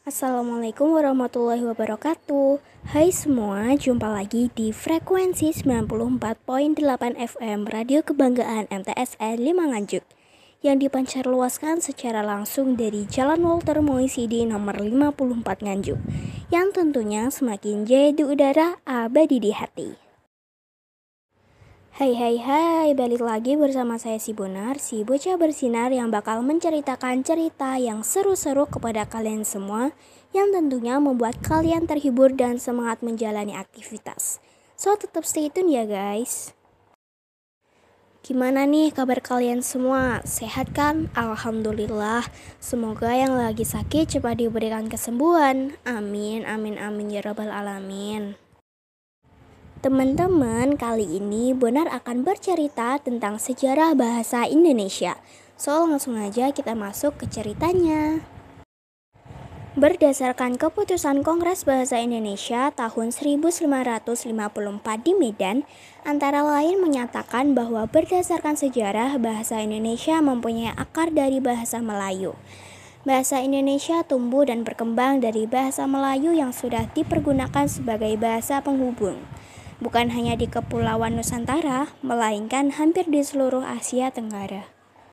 Assalamualaikum warahmatullahi wabarakatuh. Hai semua, jumpa lagi di frekuensi 94.8 FM Radio Kebanggaan MTSN 5 Nganjuk yang dipancar luaskan secara langsung dari Jalan Walter Moisidi nomor 54 Nganjuk, yang tentunya semakin jaya di udara, abadi di hati. Hai, balik lagi bersama saya si Bonar, si bocah bersinar yang bakal menceritakan cerita yang seru-seru kepada kalian semua, yang tentunya membuat kalian terhibur dan semangat menjalani aktivitas. So, tetap stay tune ya guys. Gimana nih kabar kalian semua? Sehat kan? Alhamdulillah. Semoga yang lagi sakit cepat diberikan kesembuhan. Amin ya rabbal alamin. Teman-teman, kali ini Bonar akan bercerita tentang sejarah bahasa Indonesia. So, langsung aja kita masuk ke ceritanya. Berdasarkan keputusan Kongres Bahasa Indonesia tahun 1554 di Medan, antara lain menyatakan bahwa berdasarkan sejarah bahasa Indonesia mempunyai akar dari bahasa Melayu. Bahasa Indonesia tumbuh dan berkembang dari bahasa Melayu yang sudah dipergunakan sebagai bahasa penghubung. Bukan hanya di Kepulauan Nusantara, melainkan hampir di seluruh Asia Tenggara.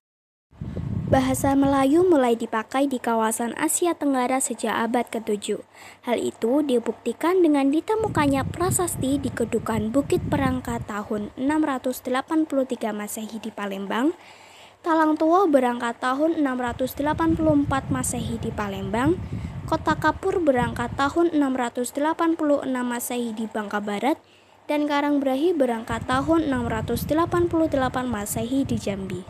Bahasa Melayu mulai dipakai di kawasan Asia Tenggara sejak abad ke-7. Hal itu dibuktikan dengan ditemukannya prasasti di Kedukan Bukit Perangka tahun 683 Masehi di Palembang, Talang Tua berangkat tahun 684 Masehi di Palembang, Kota Kapur berangkat tahun 686 Masehi di Bangka Barat, dan Karangbrahi berangkat tahun 688 Masehi di Jambi.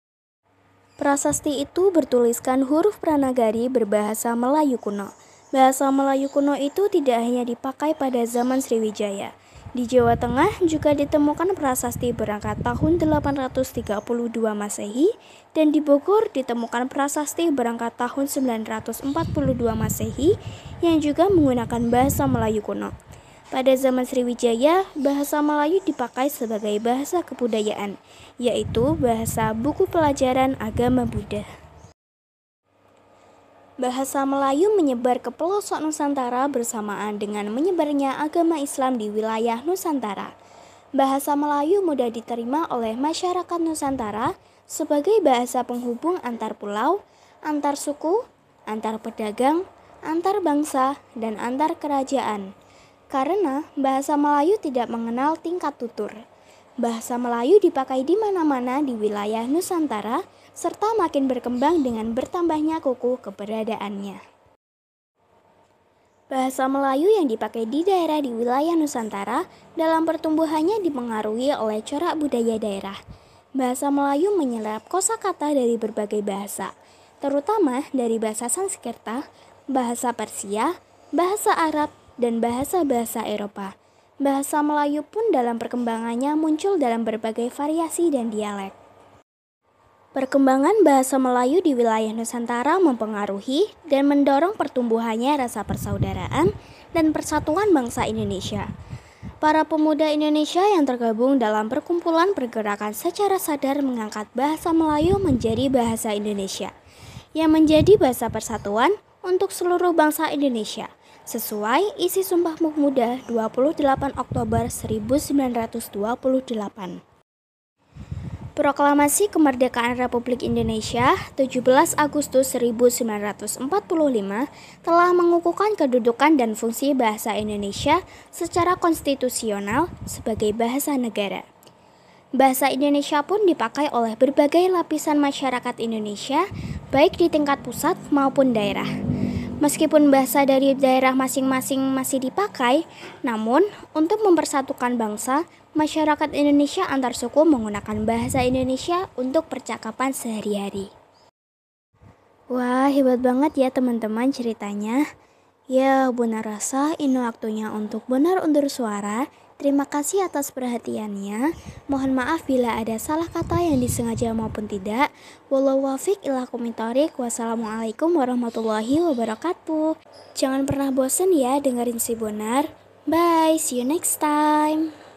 Prasasti itu bertuliskan huruf Pranagari berbahasa Melayu kuno. Bahasa Melayu kuno itu tidak hanya dipakai pada zaman Sriwijaya. Di Jawa Tengah juga ditemukan prasasti berangkat tahun 832 Masehi, dan di Bogor ditemukan prasasti berangkat tahun 942 Masehi yang juga menggunakan bahasa Melayu kuno. Pada zaman Sriwijaya, bahasa Melayu dipakai sebagai bahasa kebudayaan, yaitu bahasa buku pelajaran agama Buddha. Bahasa Melayu menyebar ke pelosok Nusantara bersamaan dengan menyebarnya agama Islam di wilayah Nusantara. Bahasa Melayu mudah diterima oleh masyarakat Nusantara sebagai bahasa penghubung antar pulau, antar suku, antar pedagang, antar bangsa, dan antar kerajaan. Karena bahasa Melayu tidak mengenal tingkat tutur. Bahasa Melayu dipakai di mana-mana di wilayah Nusantara, serta makin berkembang dengan bertambahnya kukuh keberadaannya. Bahasa Melayu yang dipakai di daerah di wilayah Nusantara dalam pertumbuhannya dipengaruhi oleh corak budaya daerah. Bahasa Melayu menyerap kosakata dari berbagai bahasa, terutama dari bahasa Sanskerta, bahasa Persia, bahasa Arab, dan bahasa-bahasa Eropa. Bahasa Melayu pun dalam perkembangannya muncul dalam berbagai variasi dan dialek. Perkembangan bahasa Melayu di wilayah Nusantara mempengaruhi dan mendorong pertumbuhannya rasa persaudaraan dan persatuan bangsa Indonesia. Para pemuda Indonesia yang tergabung dalam perkumpulan pergerakan secara sadar mengangkat bahasa Melayu menjadi bahasa Indonesia, yang menjadi bahasa persatuan untuk seluruh bangsa Indonesia, sesuai isi Sumpah Pemuda 28 Oktober 1928. Proklamasi Kemerdekaan Republik Indonesia 17 Agustus 1945 telah mengukuhkan kedudukan dan fungsi bahasa Indonesia secara konstitusional sebagai bahasa negara. Bahasa Indonesia pun dipakai oleh berbagai lapisan masyarakat Indonesia, baik di tingkat pusat maupun daerah. Meskipun bahasa dari daerah masing-masing masih dipakai, namun untuk mempersatukan bangsa, masyarakat Indonesia antar suku menggunakan bahasa Indonesia untuk percakapan sehari-hari. Wah, hebat banget ya teman-teman ceritanya. Ya, Bonar rasa ini waktunya untuk Bonar undur suara. Terima kasih atas perhatiannya. Mohon maaf bila ada salah kata yang disengaja maupun tidak. Wallahu wafik ila kumitorik. Wassalamualaikum warahmatullahi wabarakatuh. Jangan pernah bosan ya dengerin si Bonar. Bye, see you next time.